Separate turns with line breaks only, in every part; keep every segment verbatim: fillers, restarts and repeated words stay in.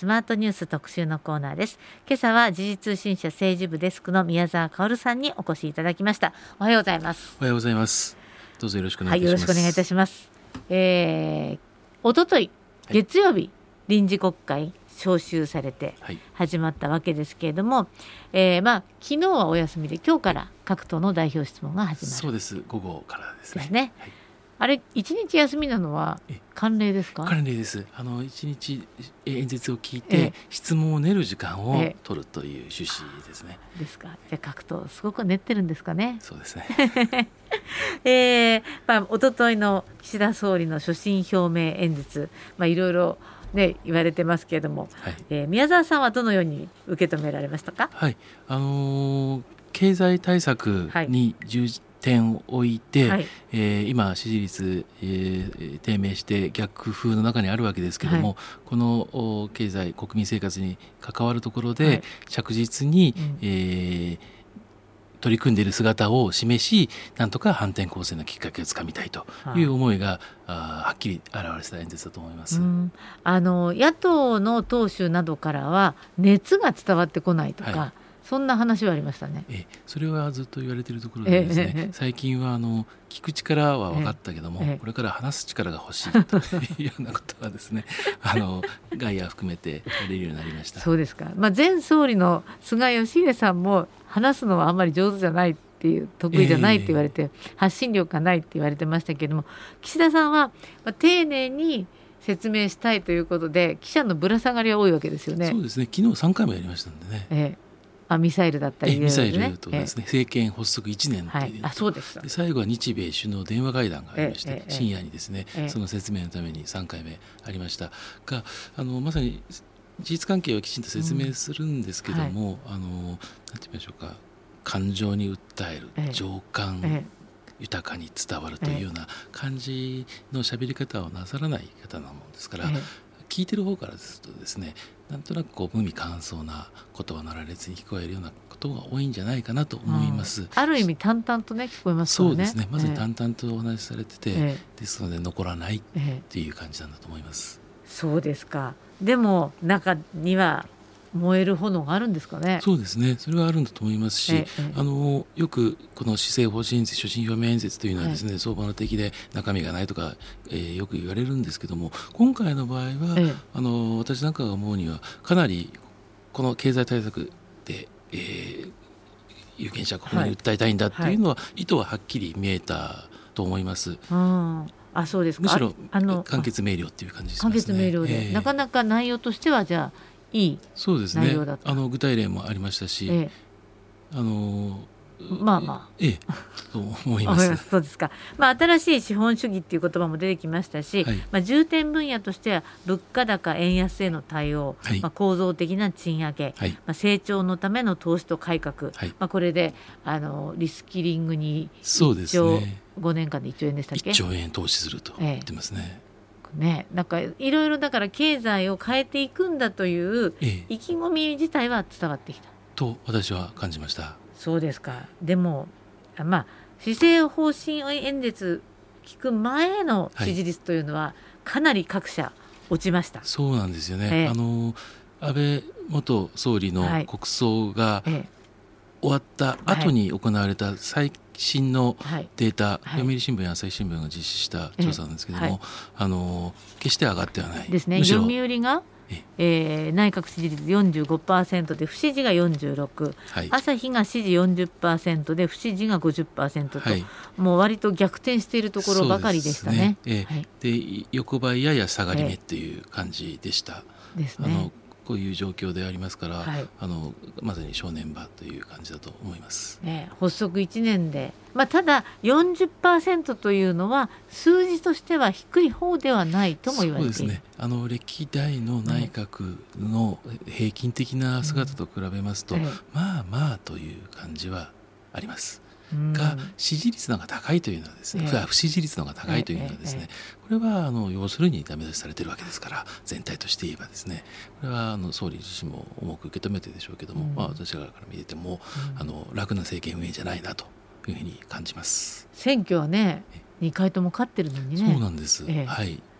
スマートニュース特集のコーナーです。今朝は時事通信社政治部デスクの宮沢薫さんにお越しいただきました。おはようございます。
おはようございます。どうぞよろしくお願いいたします。はい、
よろしくお願いいたします。えー、おととい月曜日、はい、臨時国会召集されて始まったわけですけれども、はい、えーまあ、昨日はお休みで今日から各党の代表質問が始まる。
そうです、午後からですね。
ですね、はい、あれ一日休みなのは慣例ですか？
慣例です。あの一日演説を聞いて質問を練る時間を取るという趣旨ですね。
ですか。じゃあ各党すごく練ってるんですかね。
そうですね。
えーまあ、おとといの岸田総理の所信表明演説、まあ、いろいろね、言われてますけれども、はい、えー、宮沢さんはどのように受け止められましたか？
はい、あのー、経済対策に重点を置いて、はい、えー、今支持率、えー、低迷して逆風の中にあるわけですけれども、はい、この経済国民生活に関わるところで、はい、着実に、うん、えー取り組んでいる姿を示し、なんとか反転攻勢のきっかけをつかみたいという思いが、はあ、はっきり表れた演説だと思います。
うん、あの野党の党首などからは熱が伝わってこないとか、はい、そんな話はありましたね。
えそれはずっと言われているところでですね、え最近はあの聞く力は分かったけども、えこれから話す力が欲しいというようなことはですねあの外野含めて言われるようになりました。
そうですか。まあ、前総理の菅義偉さんも話すのはあんまり上手じゃないっていう、得意じゃないって言われて、えー、発信力がないって言われてましたけれども、岸田さんは、まあ、丁寧に説明したいということで記者のぶら下がりは多いわけですよね。
そうですね。昨日さんかいもやりましたんでね、えー
あミサイルだったり、ね、
ミサイルとかですね、政権発足いちねんという、はい、
あそうです
で最後は日米首脳電話会談がありまして、深夜にですね、その説明のためにさんかいめありましたが、あのまさに事実関係をきちんと説明するんですけども、うんはい、あのなんて言いましょうか、感情に訴える、情感豊かに伝わるというような感じの喋り方をなさらない方なもんですから、聞いてる方からですとですね、なんとなくこう無味乾燥な言葉の羅列に聞こえるようなことが多いんじゃないかなと思います。
うん、ある意味淡々とね聞こえますからね。
そうですね。まず淡々とお話しされてて、えー、ですので残らないっていう感じなんだと思います。
えー、そうですか。でも中には燃える炎があるんですかね。
そうですね。それはあるんだと思いますし、ええ、あのよくこの施政方針演説、所信表明演説というのはですね、はい、相場の敵で中身がないとか、えー、よく言われるんですけども、今回の場合は、え、あの私なんかが思うにはかなりこの経済対策で、えー、有権者国民に訴えたいんだっていうのは、はい、意図ははっきり見えたと思います。
うん、あそうですか。
むしろあの簡潔明瞭っていう感じですね。
簡潔明瞭で、えー、なかなか内容としてはじゃあいい
そうですね。あの具体例もありましたし、ええ、あの
まあまあ、
ええ、と思います。
そうですか。まあ、新しい資本主義っていう言葉も出てきましたし、はい、まあ、重点分野としては物価高円安への対応、はい、まあ、構造的な賃上げ、はい、まあ、成長のための投資と改革、はい、まあ、これであのリスキリングにいっちょう、ね、ごねんかんでいっちょうえんでしたっけ？
いっちょうえん投資すると言ってますね。ええ
ね、なんかいろいろだから経済を変えていくんだという意気込み自体は伝わってきた、ええ、
と私は感じました。
そうですか。でもまあ施政方針演説聞く前の支持率というのはかなり各社落ちました。はい、
そうなんですよね。ええ、あの安倍元総理の国葬が終わった後に行われた最新のデータ、はいはい、読売新聞や朝日新聞が実施した調査なんですけども、はい、あの決して上がってはない
ですね。読売が、えー、内閣支持率 よんじゅうごパーセント で不支持がよんじゅうろく、はい、朝日が支持 よんじゅっパーセント で不支持が ごじゅっパーセント と、はい、もう割と逆転しているところばかりでしたね。
そうですね。えーはい、で横ばいやや下がり目っていう感じでした。えー、ですね。あのこういう状況でありますから、はい、あのまさに正念場という感じだと思います。
ね、発足いちねんで、まあ、ただ よんじゅっパーセント というのは数字としては低い方ではないとも言われている。
そうですね。あの歴代の内閣の平均的な姿と比べますと、うん、まあまあという感じはありますが、支持率の方が高いというのはですね、えー、不支持率の方が高いというのはですね、えー、これはあの要するにダメ出しされているわけですから、全体として言えばですね、これはあの総理自身も重く受け止めてるでしょうけども、うん、まあ、私から見てても、うん、あの楽な政権運営じゃないなというふうに感じます。
選挙はねにかいとも勝ってるのにね。
そうなんです、えー、はい。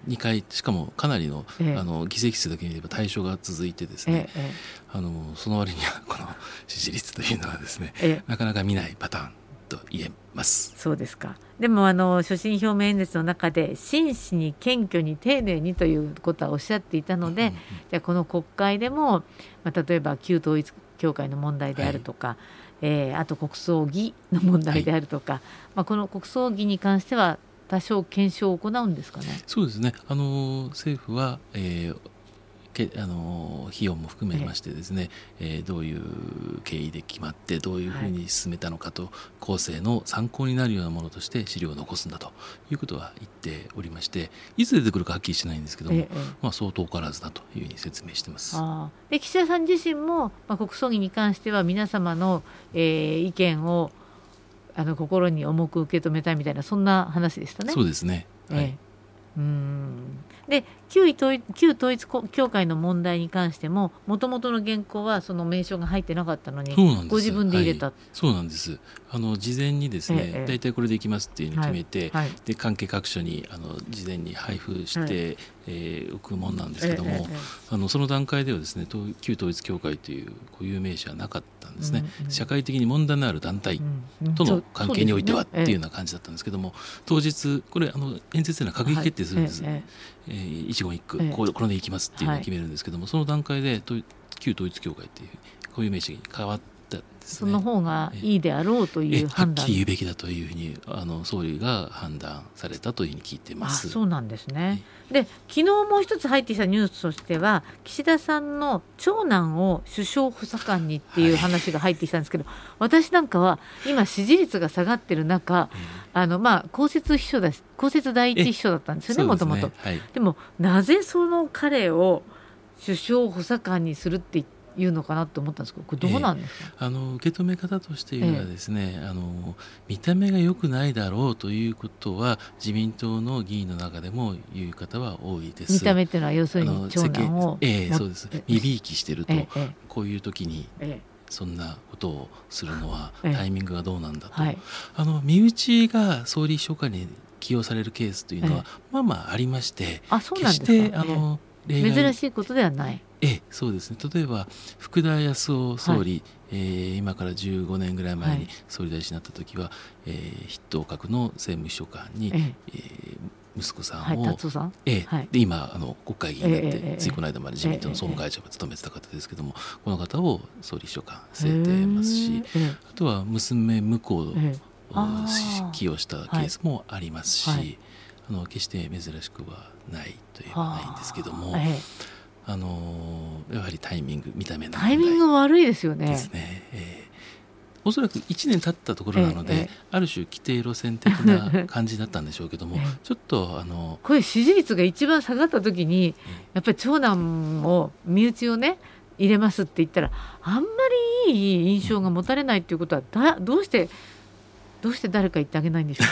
にかい、しかもかなりの、
ええ、
あの議席数だけ見れば対象が続いてですね、
ええ、
あのその割にはこの支持率というのはですね、
ええ、
なかなか見ないパターンと言えます。
そうですか。でもあの所信表明演説の中で真摯に謙虚に丁寧にということはおっしゃっていたので、うんうん、じゃあこの国会でも、まあ、例えば旧統一教会の問題であるとか、はい、えー、あと国葬儀の問題であるとか、はい、まあ、この国葬儀に関しては多少検証を行うんですかね。
そうですね、あの政府は、えーけあの費用も含めましてですね、ええー、どういう経緯で決まってどういうふうに進めたのかと、はい、後世の参考になるようなものとして資料を残すんだということは言っておりまして、いつ出てくるかはっきりしないんですけども、ええ、まあ、相当からずだというふうに説明しています。
あで岸田さん自身も、まあ、国葬儀に関しては皆様の、えー、意見をあの心に重く受け止めたいみたいな、そんな話でしたね。
そうですね、はい、
ええ、うーんで 旧統一、旧統一教会の問題に関してももともとの原稿はその名称が入ってなかったのにご自分で入れた。
そうなんです、はい、そうなんです。あの事前にですね、ええ、大体これでいきますっていうのを決めて、はいはい、で関係各所にあの事前に配布して、はい、えー、おくもんなんですけども、ええええ、あのその段階ではですね、旧統一教会という固有名詞はなかったんですね、うんうん、社会的に問題のある団体との関係においてはっていうような感じだったんですけども、当日これあの演説では閣議決定するんです、はい、えええー、一言一句、ええ、これでいきますっていうのを決めるんですけども、はい、その段階で旧統一教会っていう固有名詞に変わったんですね。
その方がいいであろうという判断、
はっきり言うべきだというふうにあの総理が判断されたというふうに聞いています。
あ、そうなんですね。で昨日もう一つ入ってきたニュースとしては、岸田さんの長男を首相補佐官にっていう話が入ってきたんですけど、はい、私なんかは今支持率が下がってる中、あのまあ公設秘書だし、公設第一秘書だったんですよね、もともと。でもなぜその彼を首相補佐官にするっていうのかなと思ったんですけど、これどうなんですか。
えー、あの受け止め方としてはですね、えー、あの見た目が良くないだろうということは自民党の議員の中でも言う方は多いです。
見た目っていうのは要するに長男を、
えー、そうです、身びいきしてると、えー、こういう時に、えーそんなことをするのはタイミングがどうなんだと、ええ、はい、あの身内が総理秘書官に起用されるケースというのは、ええ、まあまあありまして、
あ、そうなんですか。
決してあの、
ええ、珍しいことではない。
ええ、そうですね。例えば福田康夫総理、はい、えー、今からじゅうごねんぐらい前に総理大臣になった時は、はい、えー、筆頭格の政務秘書官に、えええー息子さんを、はい、
達夫さん、
ええ、
はい、
で今あの国会議員になって、
ええ、
ついこの間まで自民党の総務会長を務めてた方ですけども、この方を総理秘書官据えてますし、あとは娘婿を起用したケースもありますし、はい、あの決して珍しくはないといえばないんですけども、ええ、あのやはりタイミング、見た目の問題
タイミング悪いですよね。
ですね。えーおそらくいちねん経ったところなので、ええ、ある種規定路線的な感じだったんでしょうけども、ええ、ちょっとあの
これ支持率が一番下がった時に、え、やっぱり長男を身内をね入れますって言ったらあんまりいい印象が持たれないっていうことはだどうしてどうして誰か言ってあげないんでしょ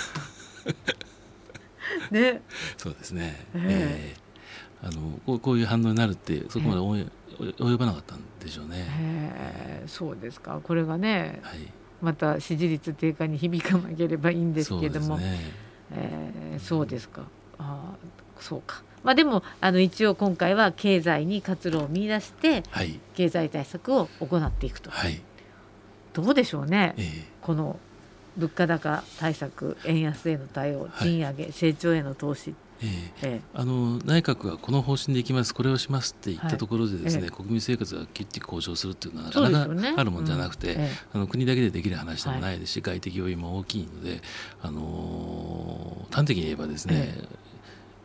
うね。ね、
そうですね。ええ、あのこう、こういう反応になるってそこまで思い、及ばなかったんでしょうね。
へー、そうですか。これがね、はい、また支持率低下に響かなければいいんですけども、そうですね、えー、そうですか。あ、そうか。まあ、でもあの一応今回は経済に活路を見出して、はい、経済対策を行っていくと、はい、どうでしょうね、えー、この物価高対策、円安への対応、賃上げ、はい、成長への投資、
ええええ、あの内閣がこの方針でいきます、これをしますって言ったところでですね、はい、ええ、国民生活がきっちり向上するっていうのはなかなかあるもんじゃなくて、うん、ええ、あの国だけでできる話でもないですし、はい、外的要因も大きいので、あの端的に言えばですね、ええ、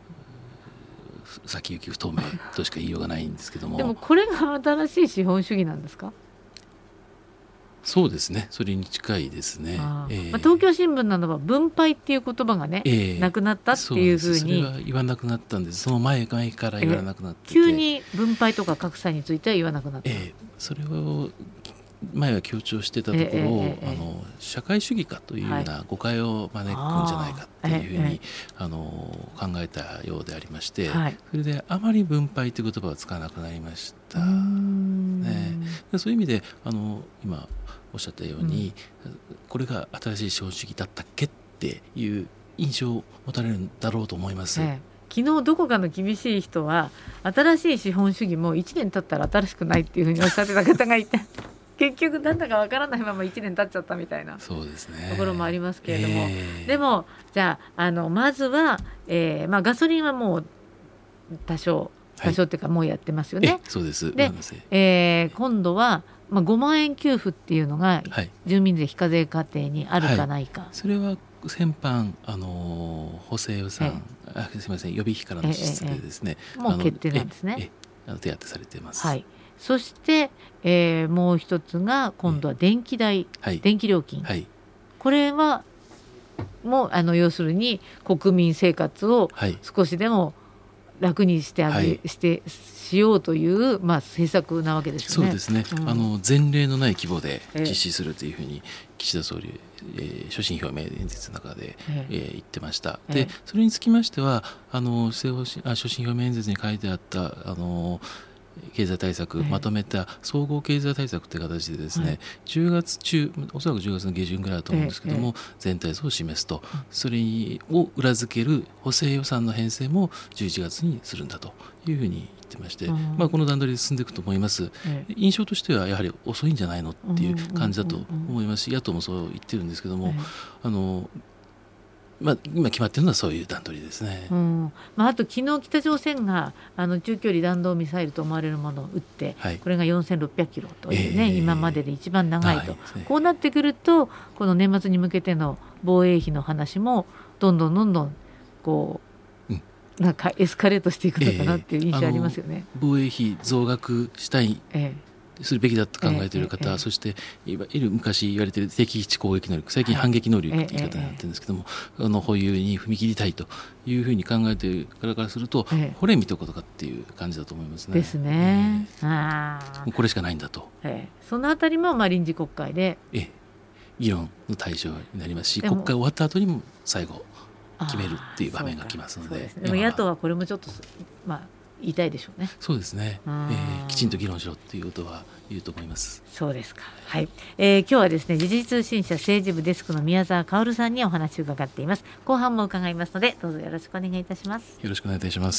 先行き不透明としか言いようがないんですけども。
でもこれが新しい資本主義なんですか。
そうですね、それに近いですね。
あ、えーまあ、東京新聞などは分配っていう言葉がね、えー、なくなったっていうふうに、
それは言わなくなったんです。その前前から言わなくなってて、
えー、急に分配とか格差については言わなくなった、えー、
それを前は強調してたところ、えーえー、あの社会主義かというような誤解を招くんじゃないかっていうふうに、はい、あの考えたようでありまして、はい、それであまり分配という言葉は使わなくなりました、ね、でそういう意味であの今おっしゃったように、うん、これが新しい資本主義だったっけっていう印象を持たれるんだろうと思います、え
昨日どこかの厳しい人は新しい資本主義もいちねん経ったら新しくないっていうふうにおっしゃってた方がいて結局なんだかわからないままいちねん経っちゃったみたいなところもありますけれども、えー、でもじゃあ、あのまずは、えーまあ、ガソリンはもう多少多少っていうかもうやってますよね、はい、
そうです。
で、えー、今度は、まあ、ごまんえん給付っていうのが住民税非課税家庭にあるかないか、はい、
それは先般、あの補正予算、えー、あすみません予備費からの支出でですね、
えーえー、もう決定なんですね。
ええあの手当てされています、
はい、そして、えー、もう一つが今度は電気代、はい、電気料金、はい、これはもうあの要するに国民生活を少しでも楽にしてあげ、はい、してしようという、まあ、政策なわけですよね。
そうですね、うん、あの前例のない規模で実施するというふうに岸田総理、えー、所信表明演説の中で、えーえー、言ってました。でそれにつきましてはあの施政方針あ所信表明演説に書いてあったあの経済対策まとめた総合経済対策という形でですね、はい、じゅうがつ中おそらくじゅうがつの下旬ぐらいだと思うんですけども、ええ、全体像を示すと、それを裏付ける補正予算の編成もじゅういちがつにするんだというふうに言ってまして、うん、まあ、この段取りで進んでいくと思います、ええ、印象としてはやはり遅いんじゃないのっていう感じだと思いますし、野党もそう言ってるんですけども、ええ、あのまあ、今決まっているのはそういう段取りですね、
うん、まあ、あと昨日北朝鮮があの中距離弾道ミサイルと思われるものを撃って、はい、これがよんせんろっぴゃくキロというね、えー、今までで一番長いと、はいね、こうなってくるとこの年末に向けての防衛費の話もどんどんどんどんこう、うん、なんかエスカレートしていくのかなっていう印象ありますよね、
えー、防衛費増額したい、えーするべきだと考えている方、ええええ、そしていわゆる昔言われている敵基地攻撃能力、最近反撃能力という言い方になっているんですけども、はい、あの保有に踏み切りたいというふうに考えている方からすると、ええ、これ見とくことかっていう感じだと思いますね。
ですね、え
え、あこれしかないんだと、
ええ、そのあたりもまあ臨時国会で、
ええ、議論の対象になりますし、国会終わった後にも最後決めるっていう場面が来ますので、
でも野党はこれもちょっとまあ言いたいでしょうね。
そうですね、えー、きちんと議論しろということは言うと思います。
そうですか、はい、えー、今日はですね時事通信社政治部デスクの宮沢薫さんにお話を伺っています。後半も伺いますのでどうぞよろしくお願いいたします。
よろしくお願いいたします。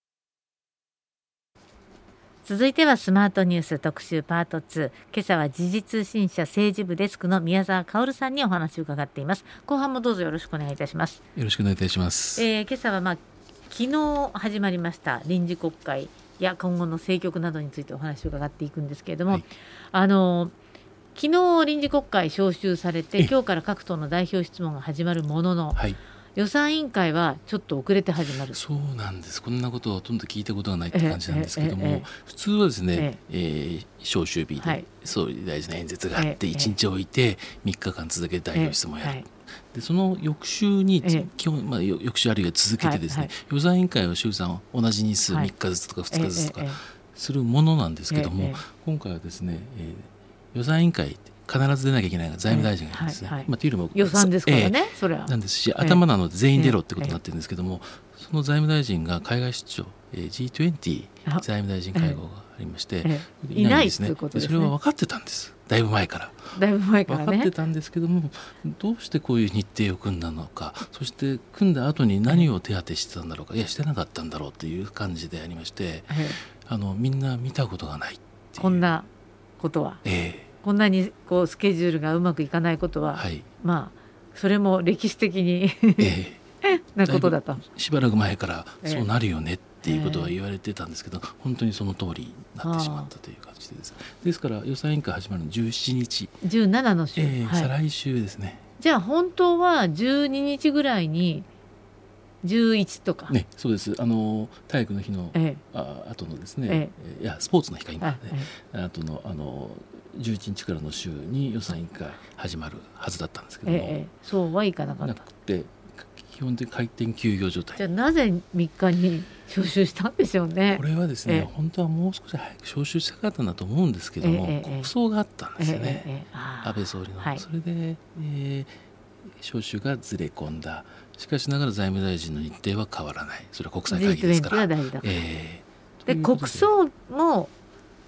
続いてはスマートニュース特集パートツー、今朝は時事通信社政治部デスクの宮沢薫さんにお話を伺っています。後半もどうぞよろしくお願いいたします。
よろしくお願いいたします。
えー、今朝はまあ昨日始まりました臨時国会や今後の政局などについてお話を伺っていくんですけれども、はい、あの昨日臨時国会召集されて今日から各党の代表質問が始まるものの、はい、予算委員会はちょっと遅れて始まる。
そうなんです。こんなことはほとんど聞いたことがないって感じなんですけども、ええええ、普通はですね、えええー、召集日で総理大臣の演説があっていちにち置いてみっかかん続けて代表質問をやる、ええええでその翌週に、ええ基本まあ、翌週あるいは続けてですね、はいはい、予算委員会は衆参同じ日数、はい、みっかずつとかふつかずつとかするものなんですけども、ええええ、今回はですね、えー、予算委員会必ず出なきゃいけないのが財務大臣がいるんですね、ええはいはい、まあ、というよりも
予算ですからね、ええ、それは
なんですし頭なので全員出ろってことになってるんですけども、その財務大臣が海外出張、えー、ジートゥエンティー 財務大臣会合がありまして、ええ、いないんですね。いないということですね。それは分かってたんです。だいぶ前から
だいぶ前からね
分かってたんですけども、どうしてこういう日程を組んだのか、そして組んだ後に何を手当てしてたんだろうか、いやしてなかったんだろうという感じでありまして、ええ、あのみんな見たことがないっていう
こんなことは、ええ、こんなにこうスケジュールがうまくいかないことは、はい、まあそれも歴史的に、ええ、なことだと
しばらく前からそうなるよねっていうことは言われてたんですけど、ええ、本当にその通りになってしまったという感じです。ですから予算委員会始まるのじゅうしちにち、
じゅうしちの週、
えーはい、再来週ですね。
じゃあ本当はじゅうににちぐらいにじゅういちとか、
ね、そうです。あの体育の日の、ええ、あ後のですね、ええ、いやスポーツの日か今ね、ええ、後のあのじゅういちにちからの週に予算委員会始まるはずだったんですけども、ええ、
そうはいかなかった。
なくて基本的に回転休業状態。
じゃあなぜみっかに招集したんでしょうね。
これはですね、ええ、本当はもう少し早く招集したかったんだと思うんですけども、ええ、国葬があったんですよね、ええ、安倍総理の、はい、それで、えー、招集がずれ込んだ。しかしながら財務大臣の日程は変わらない。それは国際会議ですから。
ジートゥエンティー は大事だから、えー、で国葬も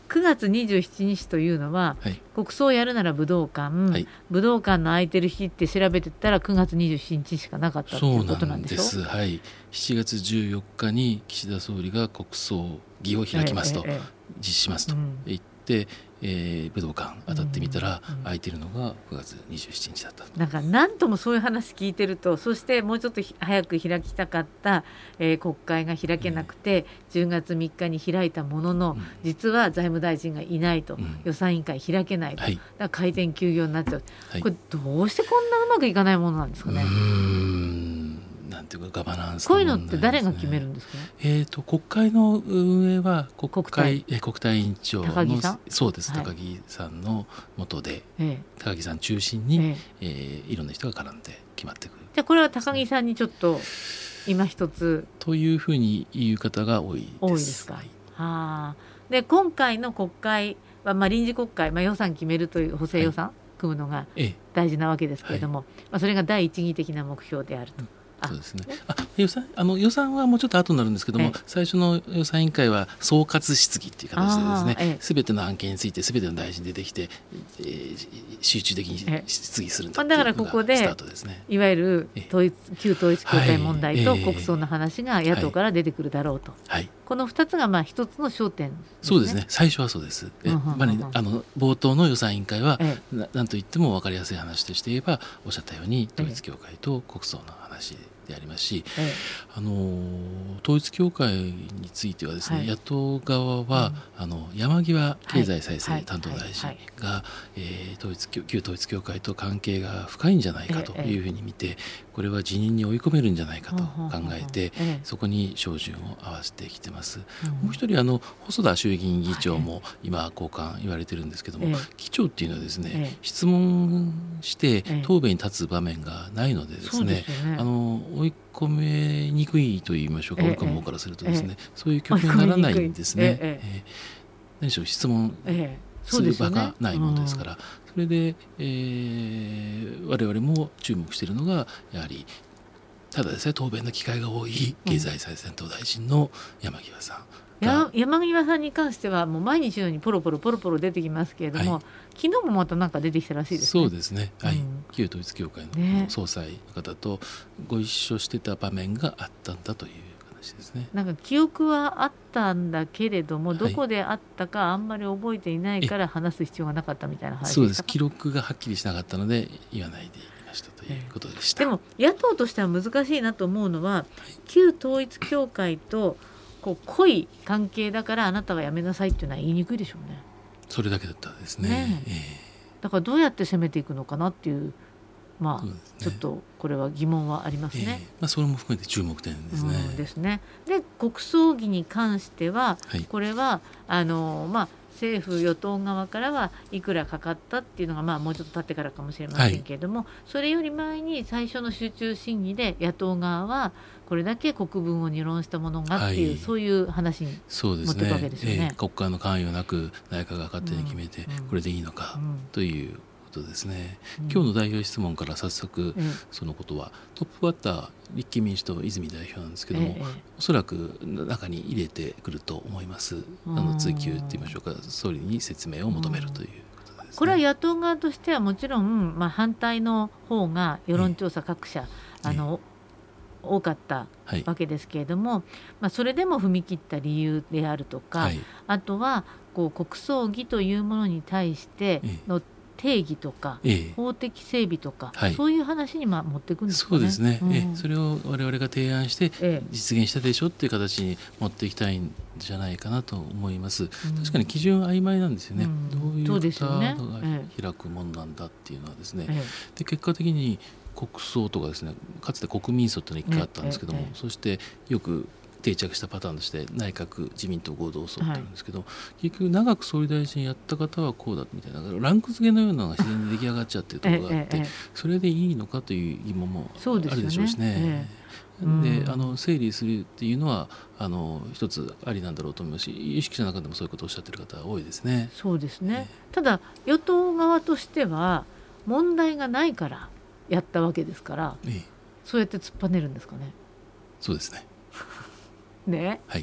くがつにじゅうしちにちというのは、はい、国葬をやるなら武道館、はい、武道館の空いてる日って調べてたらくがつにじゅうしちにちしかなかったっていうことなんでしょ。
そうなんです、はい、しちがつじゅうよっかに岸田総理が国葬儀を開きますと、ええええ、実施しますと言って、うんえー、武道館当たってみたら、うんうん、空いてるのがくがつにじゅうしちにちだった。
なんか何ともそういう話聞いてると、そしてもうちょっと早く開きたかった、えー、国会が開けなくて、うん、じゅうがつみっかに開いたものの、うん、実は財務大臣がいないと、うん、予算委員会開けないと、はい、だから開店休業になっちゃう、はい、これどうしてこんなうまくいかないものなんですかね。
うーんなんていうかガバナンス
こういうのって誰が決めるんですかね。
えー、と国会の運営は国会国対、国対委員長の
高木さん
そうです、はい、高木さんの下で、ええ、高木さん中心に、えええー、いろんな人が絡んで決まってくる。
じゃあこれは高木さんにちょっと今一つ
というふうに言う方が多いです。
多いですか。はい、はで今回の国会は、まあ、臨時国会、まあ、予算決めるという補正予算、はい、組むのが大事なわけですけれども、はいまあ、それが第一義的な目標であると。うん
そうですね、あ予算あの予算はもうちょっと後になるんですけども、最初の予算委員会は総括質疑っていう形でですね、すべての案件についてすべての大臣出てきて、えー、集中的に質疑するんだっていうのがスタートですね。
だからここでいわゆる統一旧統一教会問題と国葬の話が野党から出てくるだろうと、はいはい、このふたつがまあひとつの焦点ですね。
そうですね、最初はそうです。え、まあね、あの冒頭の予算委員会は、ええ、な, なんといっても分かりやすい話として言えば、おっしゃったように統一教会と国葬の話でありますし、ええ、あの統一教会についてはですね、はい、野党側は、うん、あの山際経済再生担当大臣が統一旧統一教会と関係が深いんじゃないかというふうに見て、ええ、これは辞任に追い込めるんじゃないかと考えて、ええ、そこに照準を合わせてきてます。うん、もう一人あの細田衆議院議長も今交換言われてるんですけども、ええ、議長っていうのはですね、ええ、質問して答弁に立つ場面がないのでですね、ええ、あの追い込めにくいと言いましょうか、追い込む方からするとですね、ええ、そういう局面にならないんですね。ええええ、何でしょう、質問する場がないものですから、それで、えー、我々も注目しているのがやはりただですね、答弁の機会が多い経済再生担当大臣の山際さん、
や山際さんに関してはもう毎日のようにポロポロポロポロ出てきますけれども、はい、昨日もまたなんか出てきたらしいですね。
そうですね、はい、うん、旧統一教会の総裁の方とご一緒してた場面があったんだという話ですね。
なんか記憶はあったんだけれども、どこであったかあんまり覚えていないから話す必要がなかったみたいな話でしたか。
そうです、記録がはっきりしなかったので言わないでいましたということでした。
でも野党としては難しいなと思うのは、はい、旧統一教会とこう濃い関係だからあなたはやめなさいっていうのは言いにくいでしょうね。
それだけだったんですね。ねえ
ー、だからどうやって攻めていくのかなっていう、まあ、ね、ちょっとこれは疑問はありますね。えーま
あ、それも含めて注目点ですね。
うん、ですね。で国葬儀に関しては、はい、これはあの、まあ、政府与党側からはいくらかかったっていうのが、まあ、もうちょっと経ってからかもしれませんけれども、はい、それより前に最初の集中審議で野党側はこれだけ国分を二論したものがっていう、はい、そういう話に持っていくわけですよね。そうですね、えー、国
会の関与なく内閣が勝手に決めて、うん、これでいいのか、うん、ということですね。うん、今日の代表質問から早速、うん、そのことはトップバッター立憲民主党泉代表なんですけども、ええ、おそらく中に入れてくると思います。あの追及って言いましょうか、総理に説明を求めるということですね。
これは野党側としてはもちろん、まあ、反対の方が世論調査各社、ええ、あの、ええ多かったわけですけれども、はい、まあ、それでも踏み切った理由であるとか、はい、あとはこう国葬儀というものに対しての定義とか、ええ、法的整備とか、はい、そういう話にまあ持っていくんですかね。
そうですね、うん、えそれを我々が提案して実現したでしょっていう形に持っていきたいんじゃないかなと思います。うん、確かに基準曖昧なんですよね。うん、どういう方が開くものなんだっていうのはですね。ええ、で結果的に国葬とかですね、かつて国民葬というのが一回あったんですけども、ええええ、そしてよく定着したパターンとして内閣自民党合同葬ってあるんですけど、はい、結局長く総理大臣やった方はこうだみたいなランク付けのようなのが自然に出来上がっちゃってるところがあって、ええええ、それでいいのかという疑問もあるでしょうしね。で、あの整理するっていうのはあの一つありなんだろうと思いますし、有識者の中でもそういうことをおっしゃってる方多いですね。
そうですね、ええ、ただ与党側としては問題がないからやったわけですから、ええ、そうやって突っぱねるんですかね。
そうですね
ね、
はい、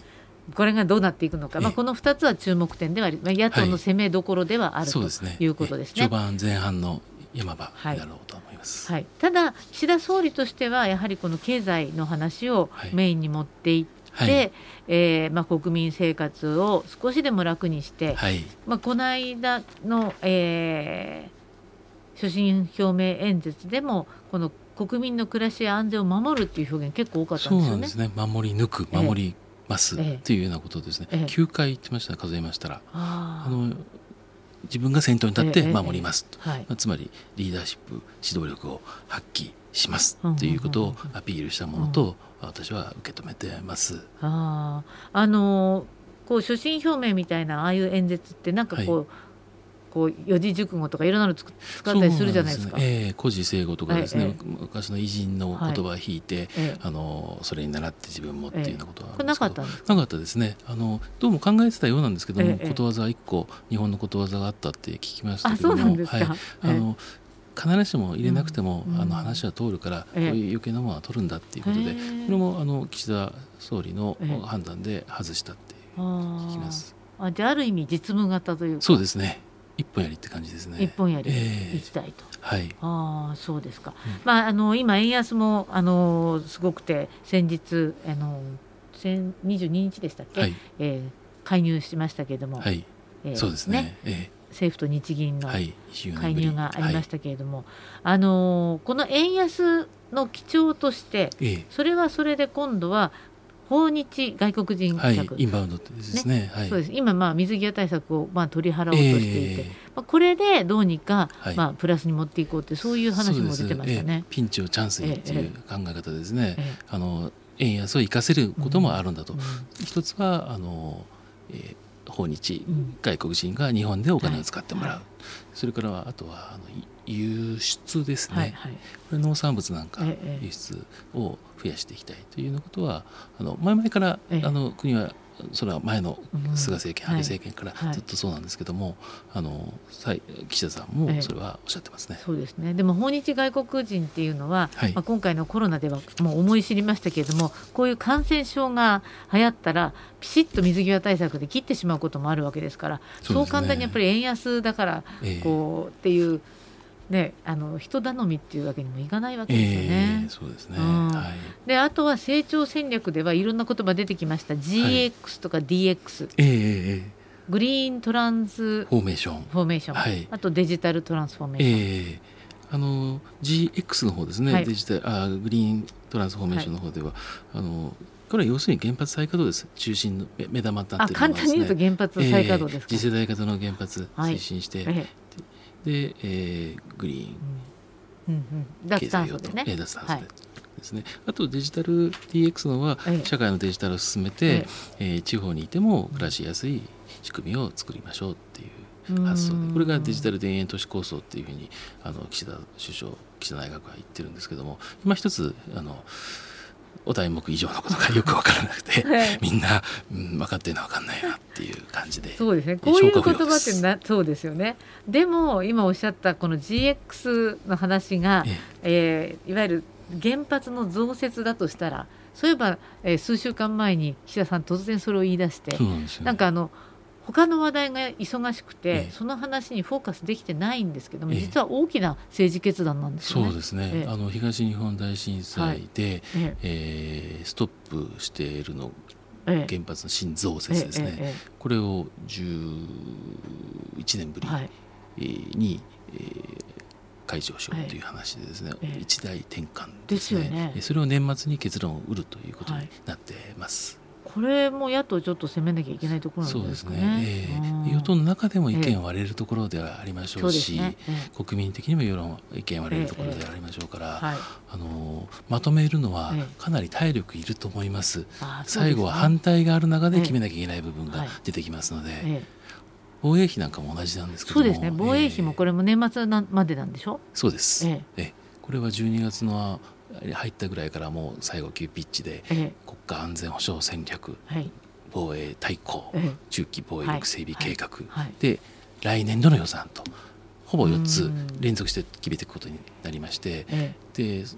これがどうなっていくのか、まあ、このふたつは注目点ではあり、まあ、野党の攻めどころではある、はい、ということですね。
序盤前半の山場になろうと思います、
はいはい、ただ岸田総理としてはやはりこの経済の話をメインに持っていって、はい、えーまあ、国民生活を少しでも楽にして、はい、まあ、この間の、えー、所信表明演説でもこの国民の暮らしや安全を守るっていう表現結構多かったんですよね。
そうなんですね。守り抜く、守ります、えー、っていうようなことですね、えー、きゅうかい言ってましたね、数えましたら。あの自分が先頭に立って守りますと、えーえーはい、まあ、つまりリーダーシップ指導力を発揮しますということをアピールしたものと私は受け止めてます。
ああのこう所信表明みたいなああいう演説ってなんかこう、はい、こう四字熟語とかいろんなの使ったりするじゃないですか。
そうなんですね、えー、古事成語とかですね、えー、昔の偉人の言葉を引いて、はい、あのそれに習って自分もっていうようなことはあるんですけど、えー、これなかったんですか？なかったですね。あのどうも考えてたようなんですけども、えー、ことわざいっこ日本のことわざがあったって聞きましたけども、あ、そうなんですか、はい、あの必ずしも入れなくても、うん、あの話は通るから、うん、こういう余計なものは取るんだっていうことで、えー、これもあの岸田総理の判断で外したって聞きます。
えー、あ, あじゃあある意味実務型というか。
そうですね、一本やりって感じですね。
一本やりいきたいと、
えー、はい、
ああそうですか、うん、まあ、あの今円安もあのすごくて先日あのにじゅうににちでしたっけ、はい、えー、介入しましたけれども、はい、えー、そうですね、えー政府と日銀の介入がありましたけれども、はい、あのこの円安の基調として、ええ、それはそれで今度は訪日外国人客、はい、
インバウンドですね、はい、
そうです。今、まあ、水際対策をまあ取り払おうとしていて、えーまあ、これでどうにか、はいまあ、プラスに持っていこうってそういう話も出てましたね。
えー、ピンチをチャンスにっていう考え方ですね、えーえー、あの円安を生かせることもあるんだと、うんうん、一つはあの、えー訪日外国人が日本でお金を使ってもらう、はいはい、それからはあとはあの輸出ですね、はいはい、これ農産物なんか輸出を増やしていきたいというようなことはあの前々から、ええ、あの国はそれは前の菅政権、安倍政権からずっとそうなんですけども、はいはい、あの岸田さんもそれはおっしゃってますね、
ええ、そうですね。でも訪日外国人っていうのは、はい、まあ、今回のコロナではもう思い知りましたけれども、こういう感染症が流行ったらピシッと水際対策で切ってしまうこともあるわけですから、そう、ね、そう簡単にやっぱり円安だからこう、ええ、っていうね、あの人頼みっていうわけにもいかないわけですよね。
えー、そうですね、うん、はい、
であとは成長戦略ではいろんな言葉出てきました。 ジーエックス とか ディーエックス、はい、えー、グリーントランス
フォーメーション、
フォーメーション、はい、あとデジタルトランスフォーメーション、え
ー、あの ジーエックス の方ですね、はい、デジタルあグリーントランスフォーメーションの方では、はい、あのこれは要するに原発再稼働です。中心の目玉になっているのはですね、あ
簡単に言うと原発再稼働ですか、
えー、次世代型の原発推進して、はい、で、えー、グリーン、
うんうん、脱炭素でね、
脱炭素でですね、はい、あとデジタル ディーエックス のは社会のデジタルを進めて、えええー、地方にいても暮らしやすい仕組みを作りましょうっていう発想で、これがデジタル田園都市構想っていうふうにあの岸田首相、岸田内閣は言ってるんですけども、今一つあのお題目以上のことがよく分からなくて、はい、みんな、うん、分かってるのは分かんないなっていう感じで、
そうですね、こういう言葉ってなそうですよね。でも今おっしゃったこの ジーエックス の話が、ええー、いわゆる原発の増設だとしたら、そういえば、えー、数週間前に岸田さん突然それを言い出して、そうなんですよね、なんかあの他の話題が忙しくて、ええ、その話にフォーカスできてないんですけども、ええ、実は大きな政治決断なんですよね。
そうですね、ええ、あの東日本大震災で、はい、ええー、ストップしているの、ええ、原発の新増設ですね、ええ、これをじゅういちねんぶりに、えー、解除しようという話でですね、ええ、一大転換ですね。ですよね。それを年末に結論を得るということになってます。はい、
これも野党ちょっと攻めなきゃいけないところなんですかね。そうですね、
えー、与党の中でも意見割れるところではありましょうし、えーうねえー、国民的にも世論意見割れるところではありましょうから、えーえーはい、あのまとめるのはかなり体力いると思います。えー、最後は反対がある中で決めなきゃいけない部分が出てきますので、えーはい、防衛費なんかも同じなんですけども、
そうですね、防衛費もこれも年末までなんでしょ。
そうです、えーえー、これはじゅうにがつの入ったぐらいからもう最後急ピッチで、えー、国家安全保障戦略、はい防衛大綱、ええ、中期防衛力整備計画、はいはい、で来年度の予算とほぼよっつ連続して決めていくことになりまして、ええ、で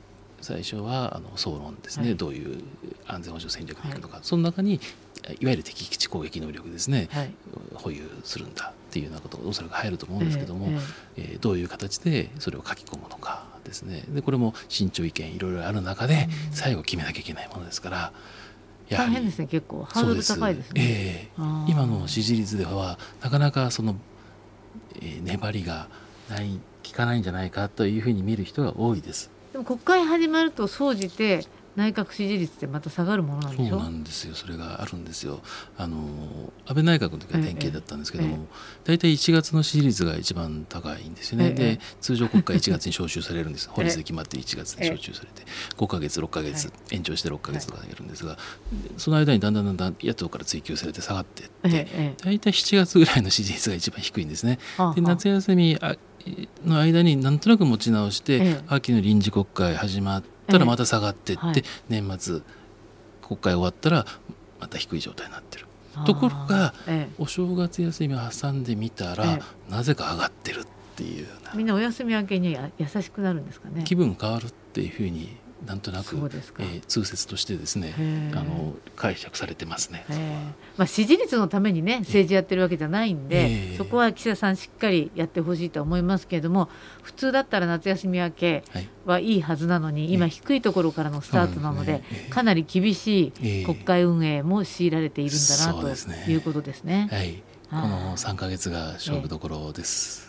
最初はあの総論ですね、はい、どういう安全保障戦略でいくのか、はい、その中にいわゆる敵基地攻撃能力ですね、はい、保有するんだっていうようなことがおそらく入ると思うんですけども、えーえー、どういう形でそれを書き込むのかですね。でこれも慎重意見いろいろある中で最後決めなきゃいけないものですから、
やはり大変ですね。結構ハードル高いですね。
えー、今の支持率ではなかなかその、えー、粘りがない効かないんじゃないかというふうに見る人が多いです。
でも国会始まると総じて内閣支持率ってまた下がるものなんでしょ。
そうなんですよ。それがあるんですよ。あの安倍内閣の時は典型だったんですけども、大体いちがつの支持率が一番高いんですよね。で通常国会いちがつに召集されるんです。法律で決まっていちがつに召集されてごかげつろっかげつ延長してろっかげつとかやるんですが、その間にだんだんだんだん野党から追及されて下がっていって大体しちがつぐらいの支持率が一番低いんですね。で夏休みの間になんとなく持ち直して秋の臨時国会始まってたらまた下がっていって、ええはい、年末国会終わったらまた低い状態になってる。ところが、ええ、お正月休みを挟んでみたら、ええ、なぜか上がってるっていうような。
みんなお休み明けに優しくなるんですかね。
気分変わるっていうふうになんとなく、えー、通説としてですねあの解釈されてますね。
まあ、支持率のためにね政治やってるわけじゃないんで、そこは岸田さんしっかりやってほしいと思いますけれども、普通だったら夏休み明けはいいはずなのに、今低いところからのスタートなのでかなり厳しい国会運営も強いられているんだなということですね。
はい、このさんかげつが勝負どころです。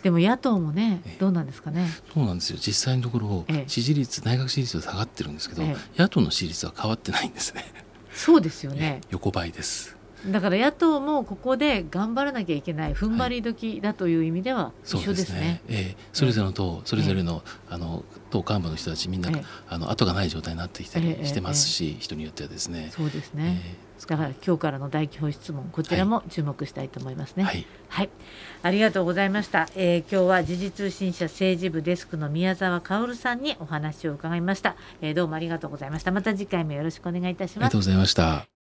ええ、でも野党もねどうなんですかね。
そうなんですよ。実際のところ支持率、内閣支持率は下がってるんですけど、ええ、野党の支持率は変わってないんですね。
そうですよね。
横ばいです。
だから野党もここで頑張らなきゃいけない踏ん張り時だという意味では一緒ですね。はい、そうですね。
ええ、それぞれの党、それぞれの、ええ、あの党幹部の人たちみんな、ええ、あの後がない状態になってきたりしてますし、ええ、人によってはですね。
そうですね。ええ、だから今日からの大規模質問こちらも注目したいと思いますね。はい、はい、ありがとうございました。えー、今日は時事通信社政治部デスクの宮沢薫さんにお話を伺いました。えー、どうもありがとうございました。また次回もよろしくお願いいたします。
ありがとうございました。